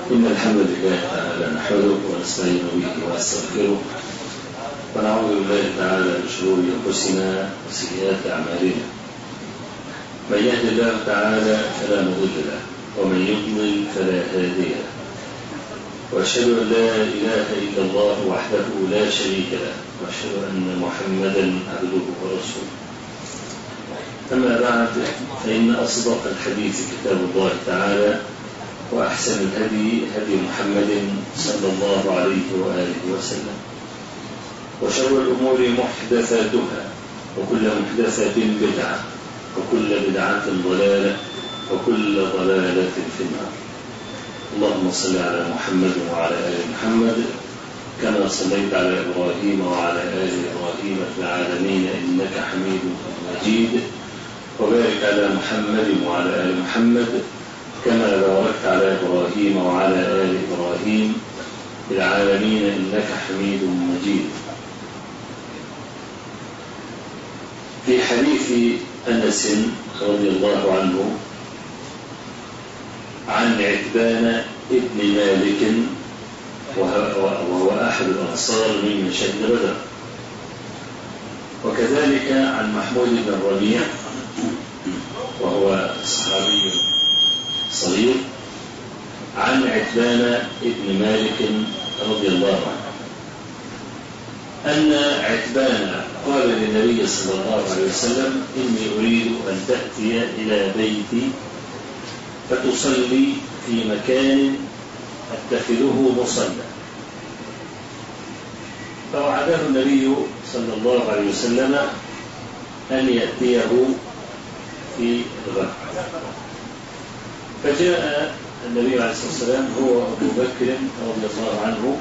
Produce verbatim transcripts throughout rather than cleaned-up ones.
إن الحمد لله تعالى نحمده ونستعين به ونستغفره ونعوذ بالله تعالى من شرور أنفسنا وسيئات أعمالنا. من يهد الله تعالى فلا مضل له ومن يضلل فلا هادي له، وأشهد أن لا إله إلا الله وحده لا شريك له، وأشهد أن محمدا عبده ورسوله. أما بعد، فإن أصدق الحديث كتاب الله تعالى، وأحسن الهدي هدي محمد صلى الله عليه وآله وسلم، وشر الأمور محدثاتها، وكل محدثة بدعة، وكل بدعة ضلالة، وكل ضلالة في النار. اللهم صل على محمد وعلى آل محمد كما صليت على إبراهيم وعلى آل إبراهيم في العالمين إنك حميد مجيد، وبارك على محمد وعلى آل محمد كما باركت على إبراهيم وعلى آل إبراهيم في العالمين إنك حميد مجيد. في حديث أنس رضي الله عنه عن عتبان ابن مالك، وهو أحد الأنصار من شهد بدر، وكذلك عن محمود بن الربيع وهو صحابي صغير، عن عتبان ابن مالك رضي الله عنه أن عتبان قال للنبي صلى الله عليه وسلم: إني أريد أن تأتي إلى بيتي فتصلي في مكان أتخذه مصلى. فوعده النبي صلى الله عليه وسلم أن يأتيه في الغد. فجاء النبي عليه الصلاة والسلام هو أبو بكر رضي الله عنه،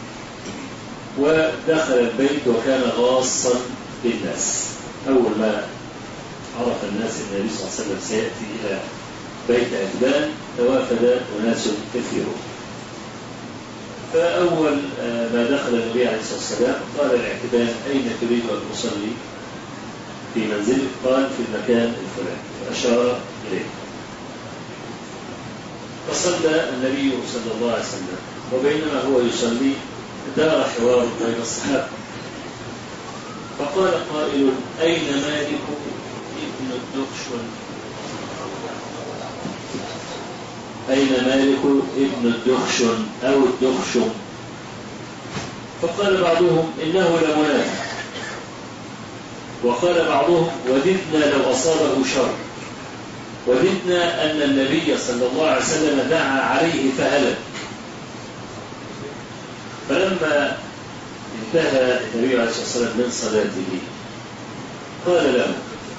ودخل البيت وكان غاصا بالناس. أول ما عرف الناس أن النبي صلى الله عليه وسلم سيأتي إلى بيت عتبان توافد أناس كثيرون. فأول ما دخل النبي عليه الصلاة والسلام قال لعتبان: أين تريد أن تصلي في منزلك؟ قال: في المكان الفلاني، وأشار إليه. فصلى النبي صلى الله عليه وسلم، وبينما هو يصلي دار حوار بين الصحابة، فقال قائل: أين مالك ابن الدخشن؟ أين مالك ابن الدخشن أو الدخشم؟ فقال بعضهم: إنه لمنافق. وقال بعضهم: وددنا لو أصابه شر، وددنا أن النبي صلى الله عليه وسلم دعا عليه فهلك. فلما انتهى النبي عليه الصلاة والسلام من صلاته قال له: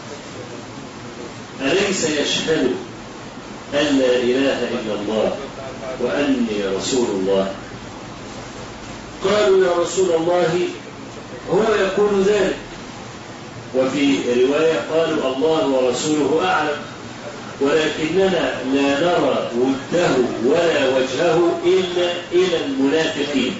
أليس يشهد أن لا إله إلا الله وأني رسول الله؟ قالوا: يا رسول الله، هو يقول ذلك. وفي رواية قالوا: الله ورسوله أعلم، ولكننا لا نرى وده ولا وجهه إلا إلى المنافقين.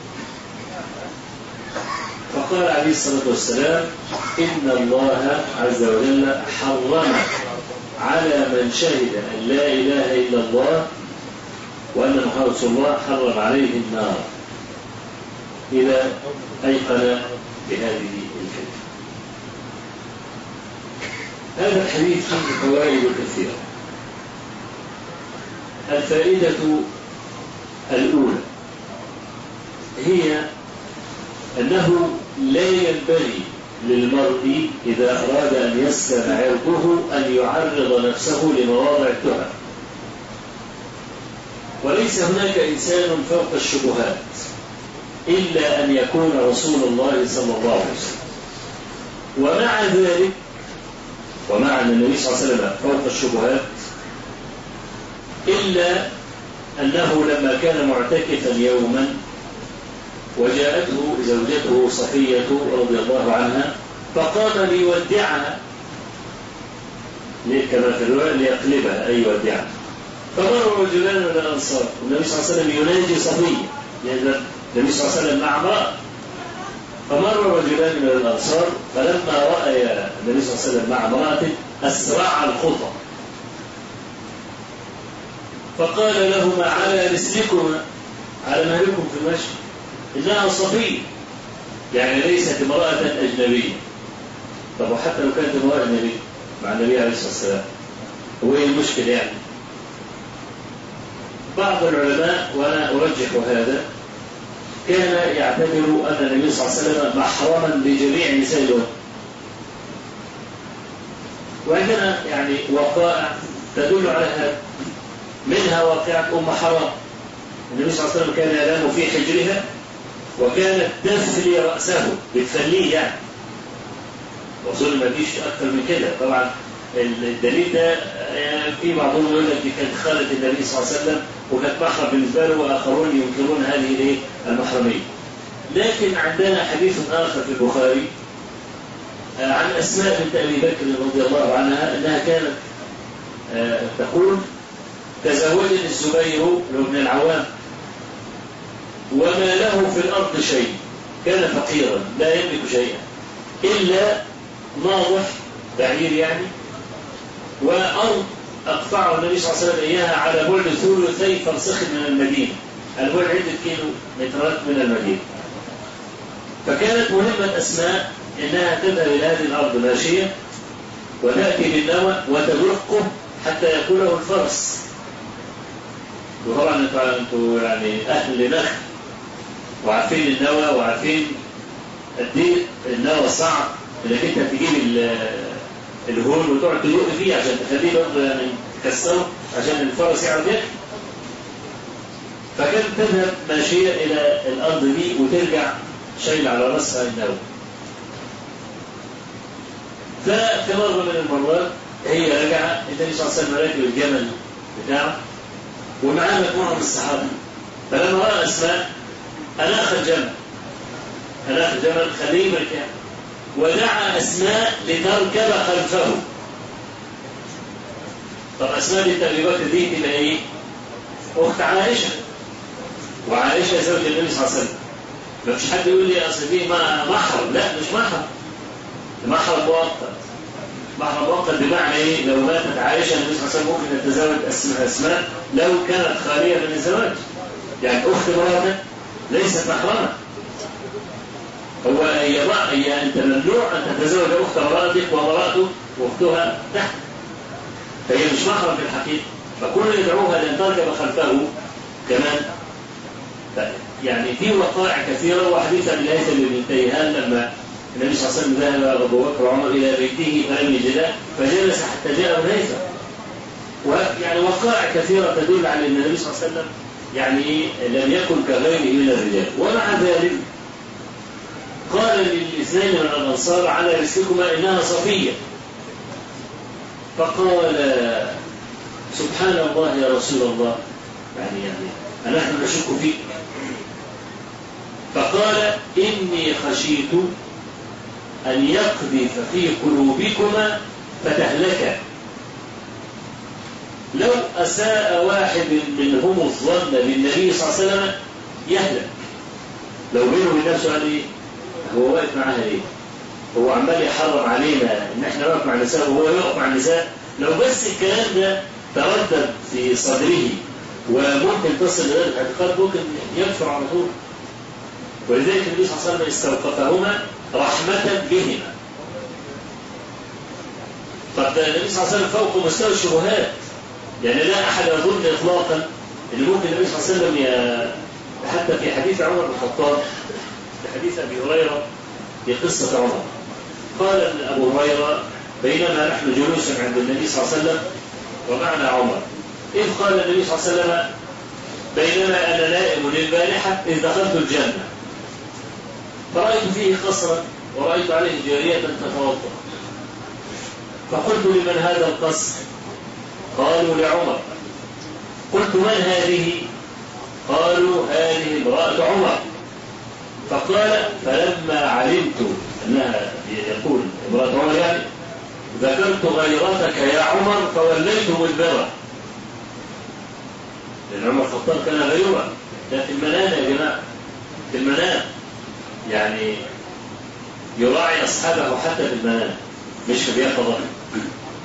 فقال عليه الصلاة والسلام: إن الله عز وجل حرم على من شهد أن لا إله إلا الله وأن محمد رسول الله، حرم عليه النار إذا أيقن بهذه الكلمة. هذا الحديث فيه فوائد كثيرة. الفائدة الأولى هي أنه لا ينبغي للمرء إذا أراد أن يسلم عرضه أن يعرض نفسه لمواضع التهم، وليس هناك إنسان فوق الشبهات إلا أن يكون رسول الله صلى الله عليه وسلم. ومع ذلك، ومع أن النبي صلى الله عليه وسلم فوق الشبهات، إلا أنه لما كان معتكفا يوما وجاءته زوجته صفية رضي الله عنها فقام ليودعها، كما في الرواية ليقلبها أي يودعها. فمر رجلان من الأنصار والنبي صلى الله عليه وسلم يناجي صفية، لأن النبي صلى الله عليه وسلم مع امرأة. فمر رجلان من الأنصار، فلما رأى النبي صلى الله عليه وسلم مع امرأته أسرع الخطى فقال لهما على رسلكما، على مهلكم في المشي، إنها صفية، يعني ليست امرأة أجنبية. طب وحتى لو كانت امرأة أجنبية مع النبي عليه الصلاة والسلام، هو ايه المشكلة يعني؟ بعض العلماء، وأنا أرجح هذا، كان يعتبر أن النبي صلى الله عليه وسلم محرما لجميع نساء الأمة. وعندنا يعني وقائع تدل على هذا، منها واقعة أم حرام. النبي صلى الله عليه وسلم كان ينام في حجرها وكانت تفلي رأسه، بتفليه يعني. وصول ما فيش أكثر من كده. طبعا الدليل ده في بعضهم يقول لك دي كانت خالة النبي صلى الله عليه وسلم وكانت محرم بالنسبة له، وآخرون ينكرون هذه المحرمية. لكن عندنا حديث آخر في البخاري عن أسماء بنت أبي بكر رضي الله عنها أنها كانت تقول: تزوجني الزبير بن العوام وما له في الأرض شيء، كان فقيرا لا يملك شيئا إلا ناضح بعير يعني، وأرض أقطعه النبي صلى الله عليه وسلم إياها على بعد ثلثي فرسخ من المدينة، البعد عدة كيلو مترات من المدينة. فكانت مهمة أسماء إنها تذهب إلى هذه الأرض ماشية وتأتي بالنوى وتدقه حتى يأكله الفرس. وطبعا انتوا يعني أهل نخل وعارفين النوى وعارفين قد ايه النوى صعب انك انت تجيب الهون وتقعد تدق فيه عشان تخليه برضه يعني تكسره عشان الفرس يعرف ياكل. فكانت تذهب ماشيه الى الارض دي وترجع شايله على راسها النوى. ففي مره من المرات هي رجعت، النبي صلى الله عليه وسلم راكب الجمل بتاعه ومعاه مجموعه من الصحابه. فلما راى اسماء اناخ الجمل، اناخ الجمل خليه مركب، ودعا أسماء لتركب خلفه. طب أسماء بنت أبي بكر دي تبقى إيه؟ أخت عائشة، وعائشة زوج النبي صلى الله عليه وسلم. ما فيش حد يقول لي أصل دي محرم، لا مش محرم، محرم مؤقت. محرم مؤقت بمعنى إيه؟ لو ماتت عائشة النبي صلى الله عليه وسلم ممكن يتزوج أسماء لو كانت خالية من الزواج، يعني أخت مراته ليست محرمة. هو هي هي أنت ممنوع أن تتزوج أخت مراتك ومراته وأختها تحت، فهي مش محرم في الحقيقة. فكل يدعوها لأن تركب خلفه كمان. يعني في وقائع كثيرة. وحديث أبي الهيثم بن تيهان لما النبي صلى الله عليه وسلم ذهب أبو بكر وعمر إلى بيته فلم يجده فجلس حتى جاء أبو الهيثم. ويعني وقائع كثيرة تدل على أن النبي صلى الله عليه وسلم يعني لم يكن كغيره من الرجال. ومع ذلك قال للاثنين من الأنصار على رسلكما إنها صفية. فقال: سبحان الله يا رسول الله، يعني يعني نحن نشك فيك. فقال: إني خشيت أن يقذف في قلوبكما فتهلكا. لو أساء واحد منهم الظن بالنبي صلى الله عليه وسلم يهلك. لو بينه وبين نفسه قال إيه؟ هو واقف معاها ليه؟ هو عمال يحرم علينا ان احنا نقف مع النساء وهو يقف مع النساء. لو بس الكلام ده تردد في صدره وممكن تصل الى الاعتقاد ممكن يكفر على طول. ولذلك النبي صلى الله عليه وسلم استوقفهما رحمة بهما. طب ده النبي صلى الله عليه وسلم فوق مستوى الشبهات، يعني لا احد يظن اطلاقا ان ممكن النبي صلى الله عليه وسلم ي... حتى في حديث عمر بن الخطاب، في حديث ابي هريره في قصه عمر، قال ابو هريره: بينما نحن جلوس عند النبي صلى الله عليه وسلم ومعنا عمر، اذ قال النبي صلى الله عليه وسلم: بينما انا نائم البارحه اذ دخلت الجنه فرأيت فيه قصرا ورأيت عليه جارية تتوضأ، فقلت: لمن هذا القصر؟ قالوا: لعمر. قلت: من هذه؟ قالوا: هذه امرأة عمر. فقال: فلما علمت أنها يقول امرأة عمر يعني ذكرت غيرتك يا عمر فوليت مدبرا. لأن عمر الخطاب كان غيورا، ده في المنام يا جماعة، في المنام، يعني يراعي أصحابه حتى في المنام مش في اليقظة.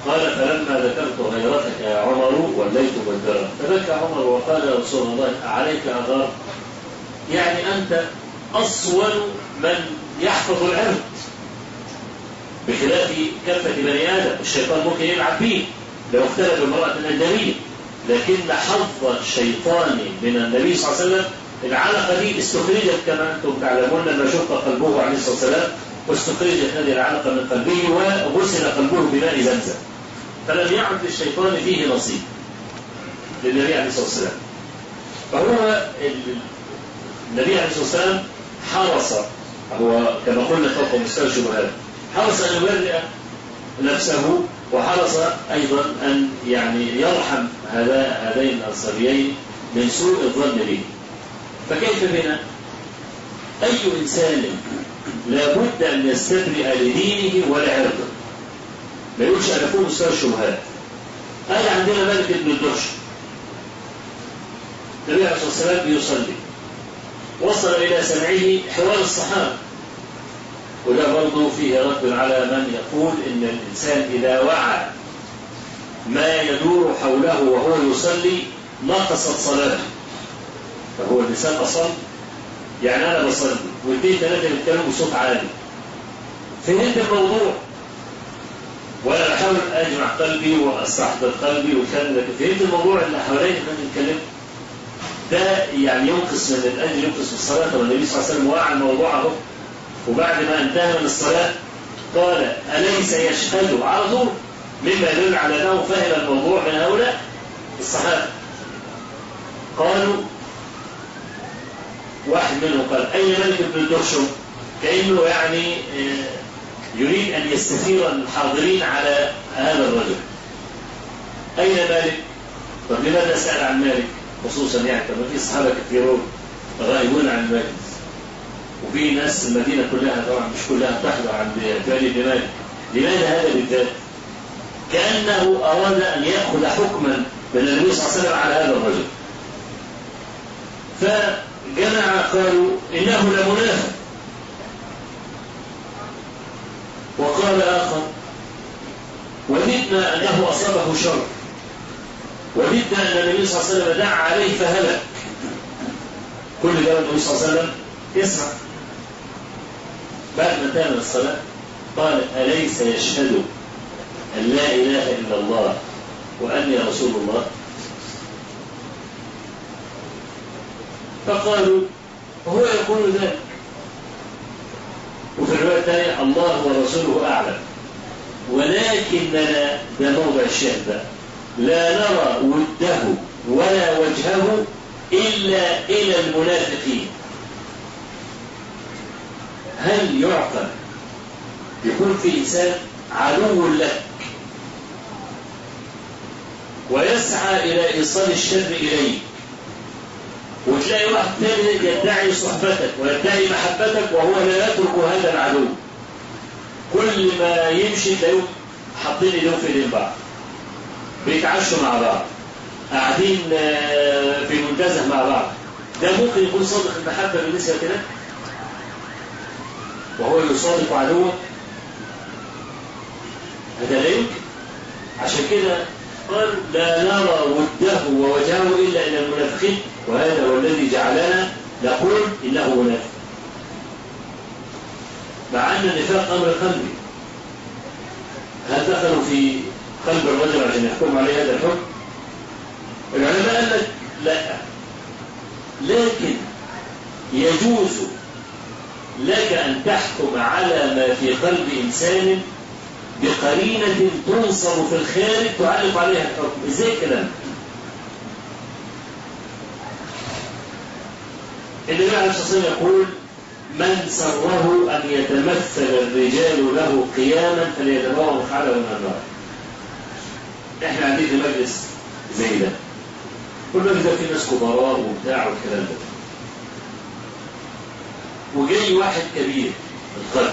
قال فلما ذكرت غيرتك يا عمر وليت مدبرا فبكى عمر وقال يا رسول الله عليك أغار، يعني أنت أصول من يحفظ العرض بخلاف كافة بني آدم، الشيطان ممكن يلعب به لو اختلف بامرأة أجنبية، لكن حظ الشيطان من النبي صلى الله عليه وسلم العلقة دي استخرجت كما أنتم تعلمون لما شق قلبه عليه الصلاة والسلام، واستخرجت هذه العلقة من قلبه وغسل قلبه بماء زمزم، فلم يعد للشيطان فيه نصيب للنبي عليه الصلاة والسلام. فهو النبي عليه الصلاة والسلام حرص، هو كما قلنا فوق مستوى الشبهات، حرص أن يبرئ نفسه، وحرص أيضا أن يعني يرحم هذا هذين الأنصاريين من سوء الظن به. فكيف بنا؟ أي إنسان لابد أن يستبرئ لدينه ولعرضه، ما يقولش أنا فوق مستوى الشبهات. قال عندنا مالك بن الدهش النبي عليه الصلاة والسلام بيصلي، وصل إلى سمعه حوار الصحابة، وده برضه فيه رد على من يقول إن الإنسان إذا وعى ما يدور حوله وهو يصلي نقصت صلاته. فهو الإنسان أصلا يعني أنا بصلي واثنين ثلاثة بيتكلموا بصوت عالي، فهمت الموضوع وأنا بحاول أجمع قلبي وأستحضر قلبي وكان، لكن فهمت الموضوع اللي حواليا احنا بنتكلم، ده يعني ينقص من الأجر، ينقص من الصلاة. والنبي صلى الله عليه وسلم وعى الموضوع اهو، وبعد ما انتهى من الصلاة قال أليس يشهد على طول، مما يدل على أنه فهم الموضوع من هؤلاء الصحابة. قالوا واحد منهم قال أين ملك بن الدهش، كأنه يعني يريد أن يستثير الحاضرين على هذا الرجل. أين مالك؟ طب لماذا سأل عن مالك خصوصا؟ يعني طب في صحابة كثيرون غائبون عن المجلس، وفي ناس المدينة كلها طبعا مش كلها تحضر عند اعتبار بن مالك، لماذا هذا بالذات؟ كأنه أراد أن يأخذ حكما من النبي صلى الله عليه وسلم على هذا الرجل. فجمع قالوا إنه لمنافق، وقال آخر وددنا أنه أصابه شر، وددنا أن النبي صلى الله عليه وسلم دعا عليه فهلك. كل ده النبي صلى الله عليه وسلم يسمع. بعد ما انتهى من الصلاة قال أليس يشهد أن لا إله إلا الله وأني رسول الله؟ فقالوا وهو يقول ذلك. وفي الرواية الثانية الله ورسوله أعلم، ولكننا ده موضع الشهد لا نرى وده ولا وجهه إلا إلى المنافقين. هل يعقل يكون في إنسان عدو لك ويسعى إلى إيصال الشر إليك، وتلاقي واحد ثاني يدعي صحبتك ويدعي محبتك وهو لا يترك هذا العدو، كل ما يمشي تلاقيهم حاطين ايديهم في ايدين بعض، بيتعشوا مع بعض، قاعدين في منتزه مع بعض. ده ممكن يكون صادق المحبة بالنسبة لك وهو يصادق عدوه؟ هذا لا يمكن. عشان كده قال لا نرى وده ووجهه إلا إلى المنافقين، وهذا هو الذي جعلنا نقول إنه منافق، مع أن النفاق أمر قلبي. هل دخلوا في قلب الرجل عشان يحكم عليه هذا الحكم؟ العلماء قال لك لا، لكن يجوز لك أن تحكم على ما في قلب إنسان بقرينة تنصر في الخارج تعلق عليها الحكم. ازاي الكلام؟ النبي عليه الصلاة والسلام يقول من سره أن يتمثل الرجال له قياما فليتبوأ مقعده من النار. احنا قاعدين في مجلس زي ده، كل مجلس ده فيه ناس كبراء وبتاع والكلام ده، وجاي واحد كبير القدر،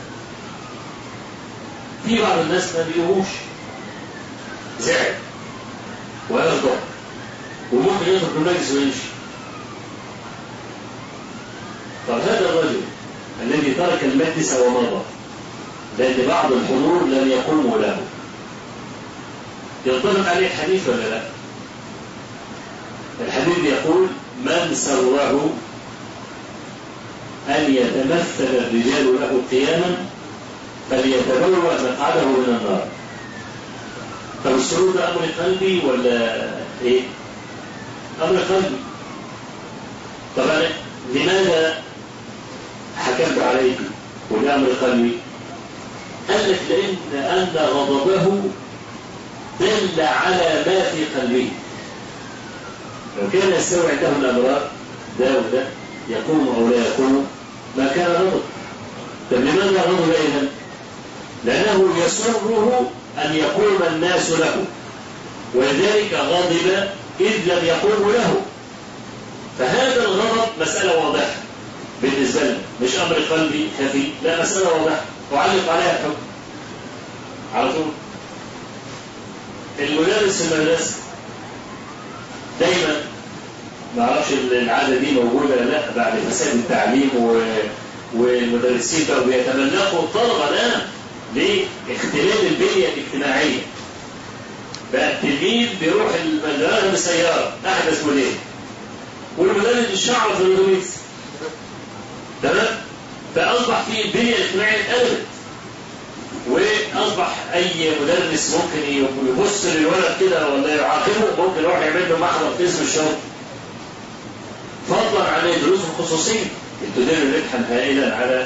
في بعض الناس ما بيقوموش، زعل ويرضى وممكن يدخل المجلس ويمشي. طب هذا الرجل الذي ترك المجلس ومضى لأن بعض الحضور لم يقوموا له، ينطبق عليه الحديث ولا لا؟ الحديث يقول من سره أن يتمثل الرجال له قياما فليتبوأ مقعده من النار. طب السرور ده أمر قلبي ولا إيه؟ أمر قلبي. طبعا لماذا حكمت عليه وده أمر قلبي؟ قال لك لأن أن غضبه دل على ما في قلبه. لو كان يستوي عنده الأمراض ده وده يقوم أو لا يقوم ما كان غضب. طب لماذا غضب إذن؟ لأنه يسره أن يقوم الناس له، ولذلك غضب إذ لم يقوموا له. فهذا الغضب مسألة واضحة بالنسبة لنا، مش أمر قلبي خفي، لا مسألة واضحة وعلق عليها الحكم على طول. المدرس في المدرسة دايما ما اعرفش العادة دي موجودة لا بعد فساد التعليم والمدرسين بقوا بيتملقوا الطلبة الآن لاختلال البنية الاجتماعية. بقى التلميذ بيروح المدرسة بسيارة أحدث موديل والمدرس الشعر في الأتوبيس، تمام؟ فأصبح في البنية الاجتماعية اتقلبت، وأصبح أي مدرس ممكن يبص للولد كده ولا يعاقبه، ممكن يروح يعمل له محضر في اسم الشرطة. فضلا عن الدروس الخصوصية تدير ربحا هائلا على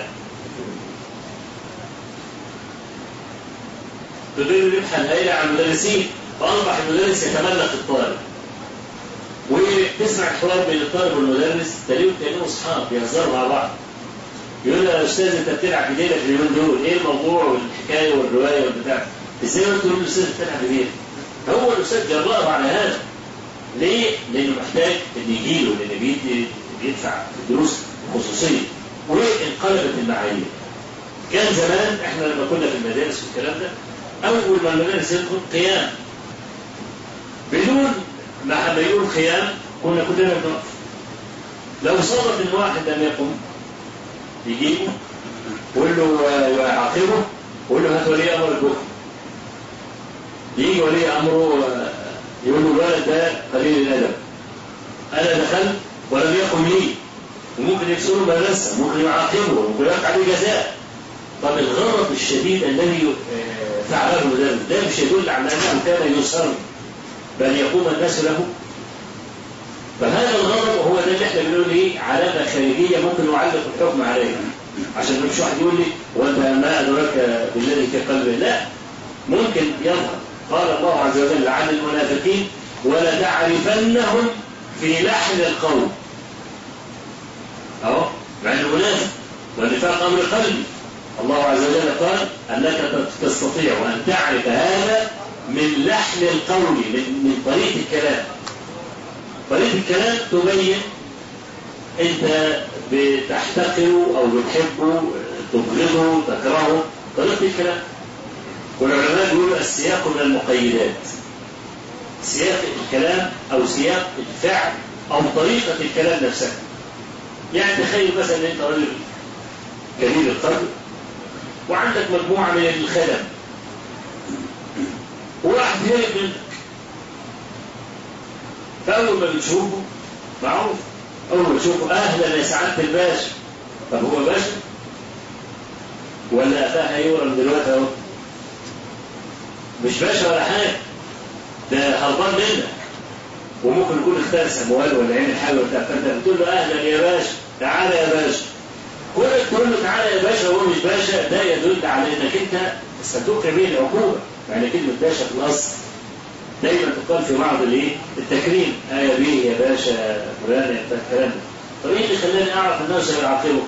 تدير ربحا هائلا على المدرسين. فأصبح المدرس يتملك الطالب، وتسمع حوار بين الطالب والمدرس تلاقيهم كانوا اصحاب بيهزروا مع بعض. يقول له يا استاذ انت بتلعب بديلك اليومين دول، ايه الموضوع والحكايه والروايه والبتاع؟ ازاي تقول له الاستاذ بتلعب بديلك؟ هو الاستاذ جرأه على هذا. ليه؟ لانه محتاج ان يجي له، لان بيدي بيدفع دروس خصوصيه وانقلبت المعايير. كان زمان احنا لما كنا في المدارس والكلام ده اول ما المدارس يدخل قيام بدون ما حد يقول قيام كنا كلنا بنقف. لو صادف ان واحد لم يقم يجيبه ويقول له ويعاقبه ويقول له هات ولي امر البكر. يجي ولي امره يقول له الولد ده قليل الادب، انا دخلت ولم يقم لي، وممكن يكسره المدرسه، ممكن يعاقبه، وممكن يقع عليه جزاء. طب الغضب الشديد الذي فعله المدرس ده مش يدل على انه كان يصر بل يقوم الناس له. فهذا الغضب هو ده اللي احنا بنقول ايه علامه خارجيه ممكن نعلق الحكم عليها، عشان مش واحد يقول لي وانت ما ادراك بالذي في قلبه. لا، ممكن يظهر. قال الله عز وجل عن المنافقين ولتعرفنهم في لحن القول. اهو مع انه منافق والنفاق امر قلبي. الله عز وجل قال انك تستطيع ان تعرف هذا من لحن القول، من, من طريقه الكلام. طريقه الكلام تبين انت بتحتقره او بتحبه، تبغضه، تكرهه. طريقه الكلام. والعلماء بيقولوا السياق من المقيدات. سياق الكلام او سياق الفعل او طريقه الكلام نفسها. يعني تخيل مثلا ان انت راجل كبير القدر وعندك مجموعه من الخدم وواحد هرب منك، فاول ما بتشوفه معروف، اول ما تشوفه اهلا يا سعاده الباشا. طب هو باشا ولا افاه يورم دلوقتي اهو؟ مش باشا ولا حاجه، ده هربان منك، وممكن يكون اختلس اموال ولا عين حاجه وبتاع، فانت بتقول له اهلا يا باشا، تعالى يا باشا. كونك تقول له تعالى يا باشا وهو مش باشا ده يدل على انك انت ستوقع به العقوبه. يعني كلمه باشا في الاصل دايما تقال في بعض الايه التكريم، اه يا بيه يا باشا فلان يا بتاع الكلام ده. طب ايه اللي خلاني اعرف انه سيعاقبه؟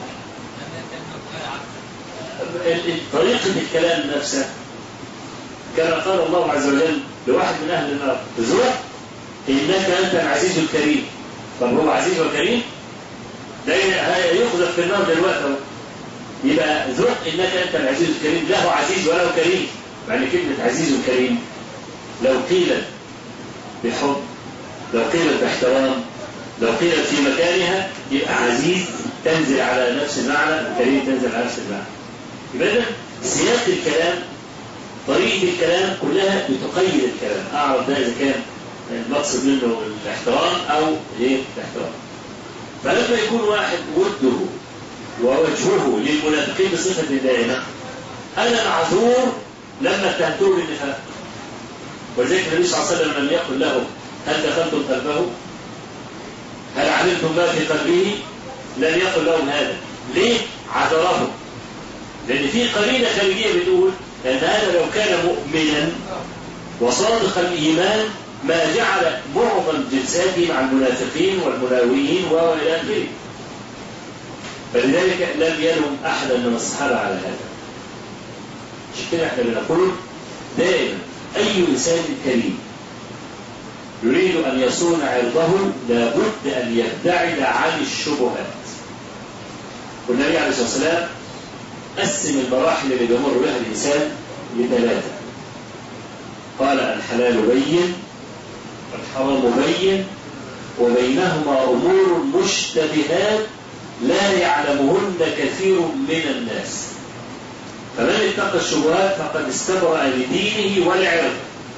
طريقه الكلام نفسها. كما قال الله عز وجل لواحد من اهل النار ذوق انك انت العزيز الكريم. طب هو عزيز وكريم؟ ده يخذف في النار دلوقتي. يبقى ذوق انك انت العزيز الكريم، لا هو عزيز ولا هو كريم. يعني كلمه عزيز وكريم لو قيلت بحب، لو قيلت باحترام، لو قيلت في مكانها، يبقى عزيز تنزل على نفس المعنى وكريم تنزل على نفس المعنى. يبقى سياق الكلام طريقة الكلام كلها بتقيد الكلام، أعرف ده إذا كان المقصد منه الاحترام أو إيه الاحترام. فلما يكون واحد وده ووجهه للمنافقين بصفة دائمة، أنا معذور لما اتهمته بالنفاق. ولذلك النبي صلى الله عليه وسلم لم يقل له هل دخلتم قلبه؟ هل علمتم ما في قلبه؟ لم يقل لهم هذا. ليه؟ عذرهم. لأن في قرينة خارجية بتقول أن هذا لو كان مؤمنا وصادق الإيمان ما جعل معظم جلساته مع المنافقين والمناوئين وإلى آخره. فلذلك لم يلوم أحدا من الصحابة على هذا. عشان كده احنا بنقول دائما أي إنسان كريم يريد أن يصون عرضه لابد أن يبتعد عن الشبهات. والنبي عليه الصلاة والسلام قسم المراحل اللي بيمر بها الإنسان لثلاثة. قال الحلال بين والحرام بين وبينهما أمور مشتبهات لا يعلمهن كثير من الناس، فمن اتقى الشبهات فقد استبرأ لدينه ولعرضه.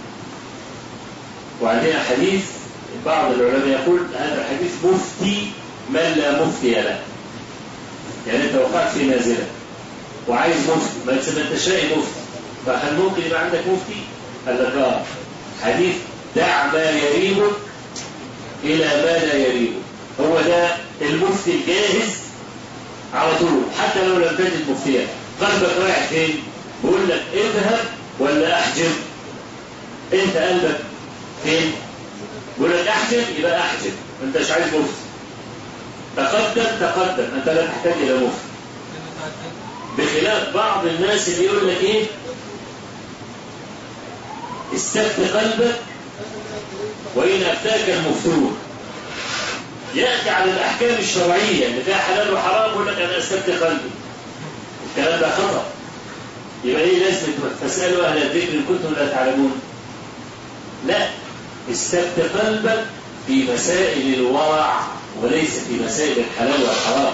وعندنا حديث بعض العلماء يقول هذا الحديث مفتي من لا مفتي له. يعني انت وقعت في نازله وعايز مفتي، ما انتش لاقي مفتي، فهل ممكن يبقى عندك مفتي؟ قال لك اه حديث دع ما يريبك الى ما لا يريبك، هو ده المفتي الجاهز على طول حتى لو لم تجد مفتيا. قلبك رايح فين؟ بقول لك اذهب ولا احجب؟ انت قلبك فين؟ بقول لك احجب يبقى احجب، ما انتش عايز مفتي. تقدم تقدم، انت لا تحتاج الى مفتي. بخلاف بعض الناس اللي يقول لك ايه؟ استفت قلبك وإن أفتاك المفتون. يأتي على الأحكام الشرعية اللي فيها حلال وحرام يقول لك أنا استفت قلبي. الكلام ده خطأ. يبقى إيه لازم فاسألوا أهل الذكر إن كنتم لا تعلمون. لا، استفت قلبك في مسائل الورع وليس في مسائل الحلال والحرام.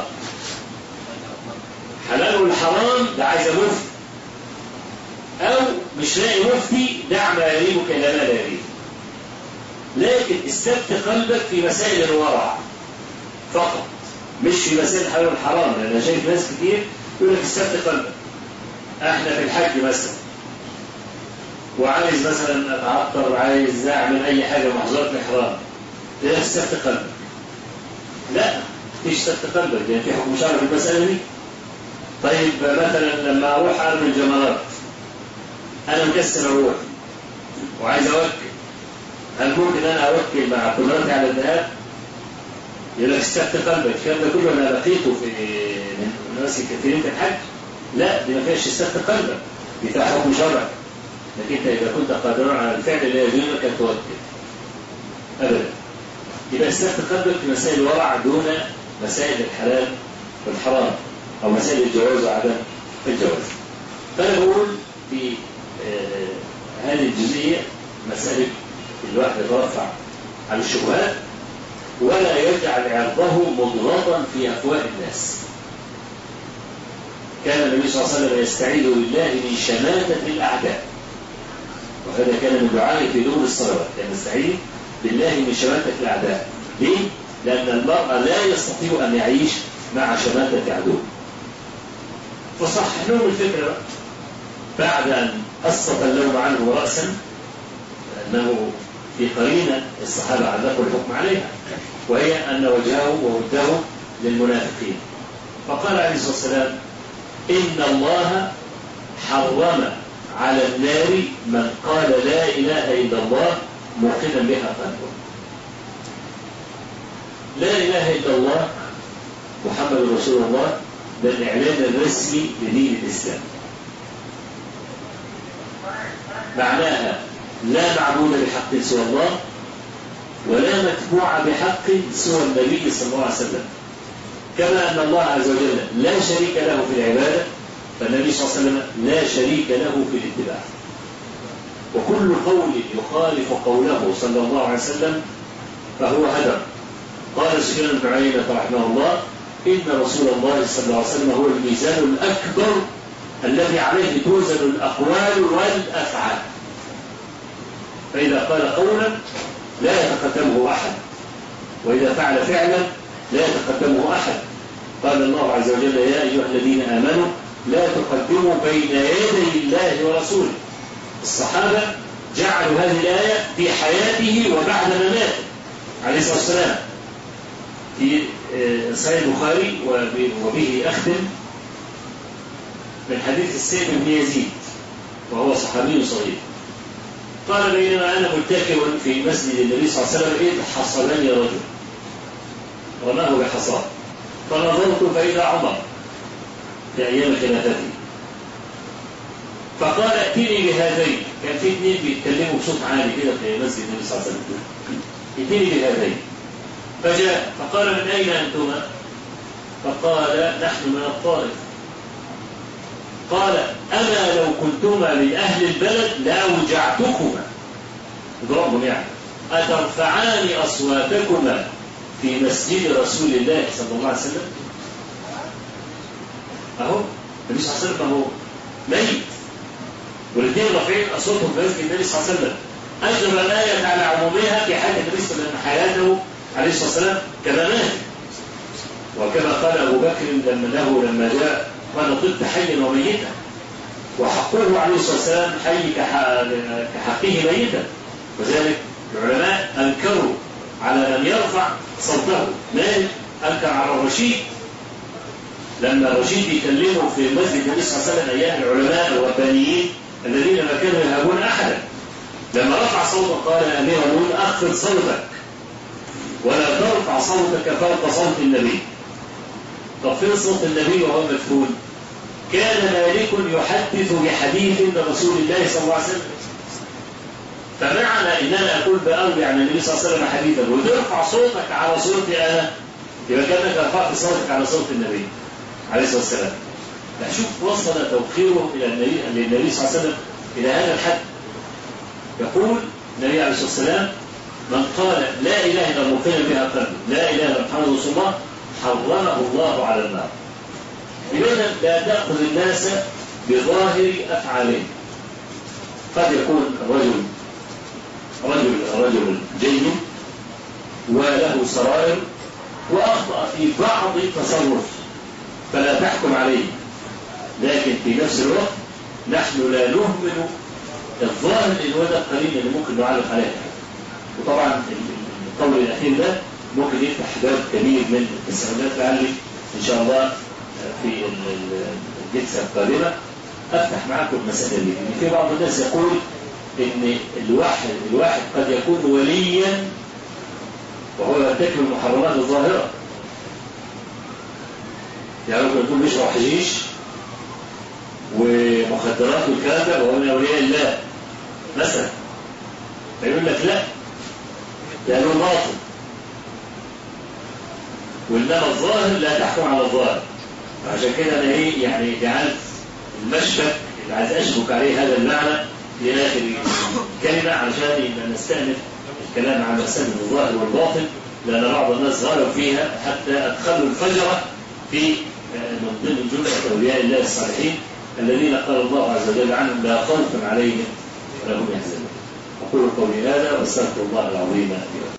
حلال والحرام ده عايز مفتي، أو مش لاقي مفتي دع ما يريبك إلى ما لا يريبك. لكن استفت قلبك في مسائل الورع فقط، مش في مسائل الحلال والحرام. لأن أنا شايف ناس كتير يقول لك استفت قلبك. احنا في الحج مثلا وعايز مثلا اتعطر، عايز اعمل اي حاجه محظورات الاحرام، ده استفت قلبك. لا، مفيش استفت قلبك، لان في حكم شرعي في المساله دي. طيب مثلا لما اروح ارمي الجمرات انا مكسل اروح وعايز اوكل، هل ممكن انا اوكل مع قدرتي على الذهاب؟ يقول لك استفت قلبك. الكلام ده كله انا لقيته في ناس كثيرين في الحج. لا، دي ما فيهاش استفت قلبك، دي فيها حكم شرعي. لكن انت اذا كنت قادرا على الفعل اللي يجوزك ان توكل ابدا. يبقى استفت قلبك في مسائل الورع دون مسائل الحلال والحرام او مسائل الجواز وعدم الجواز. فانا بقول في آه هذه الجزئيه مساله الواحد يترفع عن الشبهات ولا يجعل عرضه مضغطا في افواه الناس. كان النبي صلى الله عليه وسلم يستعيذ بالله من شماتة الأعداء، وهذا كان من دعائه في دور الصلوات، كان يستعيذ بالله من شماتة الأعداء. ليه؟ لأن المرء لا يستطيع أن يعيش مع شماتة عدوه. فصحح لهم الفكرة بعد أن أسقط اللوم عنه رأسا، لأنه في قرينة الصحابة علقوا الحكم عليها، وهي أن وجهه ووده للمنافقين. فقال عليه الصلاة والسلام إن الله حرم على النار من قال لا إله إلا الله موقنا بها قلبه. لا إله إلا الله محمد رسول الله ده الإعلان الرسمي لدين الإسلام. معناها لا معبود بحق سوى الله ولا متبوع بحق سوى النبي صلى الله عليه وسلم. كما أن الله عز وجل لا شريك له في العبادة، فالنبي صلى الله عليه وسلم لا شريك له في الاتباع. وكل قول يخالف قوله صلى الله عليه وسلم فهو هدر. قال سفيان بن عيينة رحمه الله إن رسول الله صلى الله عليه وسلم هو الميزان الأكبر الذي عليه توزن الأقوال والأفعال. فإذا قال قولا لا يتقدمه أحد، وإذا فعل فعلا لا يتقدمه أحد. قال الله عز وجل: يا أيها الذين آمنوا لا تقدموا بين يدي الله ورسوله. الصحابة جعلوا هذه الآية في حياته وبعد مماته عليه الصلاة والسلام. في صحيح البخاري وبه أختم من حديث السيف بن يزيد وهو صحابي صغير، قال: بينما أنا متكئ في مسجد النبي صلى الله عليه وسلم إذ حصلني رجل رماه بحصاه، فنظرت فإذا عمر في أيام خلافته، فقال: ائتني بهذين. كان في اثنين بيتكلموا بصوت عالي كده في مسجد النبي صلى الله عليه وسلم، ائتني بهذين. فجاء فقال: من أين أنتما؟ فقال: نحن من الطائف. قال: أما لو كنتما من أهل البلد لأوجعتكما، اضربهم يعني، أترفعان أصواتكما في مسجد رسول الله صلى الله عليه وسلم؟ أهو النبي صلى الله عليه وسلم هو ميت والاثنين رافعين أصواتهم في مسجد النبي صلى الله عليه وسلم. أجرى الآية على عمومها في حياة النبي صلى الله عليه وسلم، حياته عليه الصلاة والسلام كما مات. وكما قال أبو بكر لما له لما جاء قال: طبت حيا وميتا، وحقه عليه الصلاة والسلام حي كحقه ميتا. وذلك العلماء أنكروا على من يرفع صوته. مالك أنكر على الرشيد لما الرشيد يكلمه في مسجد النبي صلى الله عليه وسلم أيام العلماء الربانيين الذين ما كانوا يهابون أحدا، لما رفع صوته قال: يا أمير المؤمنين أخفض صوتك ولا ترفع صوتك فوق صوت النبي. طب فين صوت النبي وهو مدفون؟ كان مالك يحدث بحديث رسول الله صلى الله عليه وسلم، فمعنى ان انا اقول باروي عن النبي صلى الله عليه وسلم حديثا وترفع صوتك على صوتي انا، يبقى كانك رفعت صوتك على صوت النبي عليه الصلاه والسلام. لا، شوف وصل توقيره الى النبي للنبي صلى الله عليه وسلم الى هذا الحد. يقول النبي عليه الصلاه والسلام: من قال لا اله الا الله مقيما بها قلبه، لا اله الا محمد رسول الله، حرمه الله على النار. لماذا لا تأخذ الناس بظاهر أفعالهم؟ قد يكون الرجل رجل رجل جيد وله سرائر وأخطأ في بعض التصرف، فلا تحكم عليه، لكن في نفس الوقت نحن لا نهمل الظاهر لأن هو ده القليل اللي ممكن نعلق عليه. وطبعا القول الأخير ده ممكن يفتح باب كبير من التساؤلات، لعلي إن شاء الله في الجلسة القادمة أفتح معكم المسألة دي. إن في بعض الناس يقول إن الواحد الواحد قد يكون وليا وهو يرتكب المحرمات الظاهرة، يعني ممكن يكون بيشرب حشيش ومخدرات والكلام ده وهو من أولياء الله مثلا، فيقول لك لا ده له باطل، وإنما الظاهر لا تحكم على الظاهر. عشان كده أنا إيه يعني جعلت المشبك اللي عايز أشبك عليه هذا المعنى في آخر كلمة علشان يبقى نستأنف الكلام عن مسألة الظاهر والباطل، لأن بعض الناس غالوا فيها حتى أدخلوا الفجرة في من ضمن جملة أولياء الله الصالحين الذين قال الله عز وجل عنهم: لا خوف عليهم ولا هم يحزنون. أقول قولي هذا وأستغفر الله العظيم لي.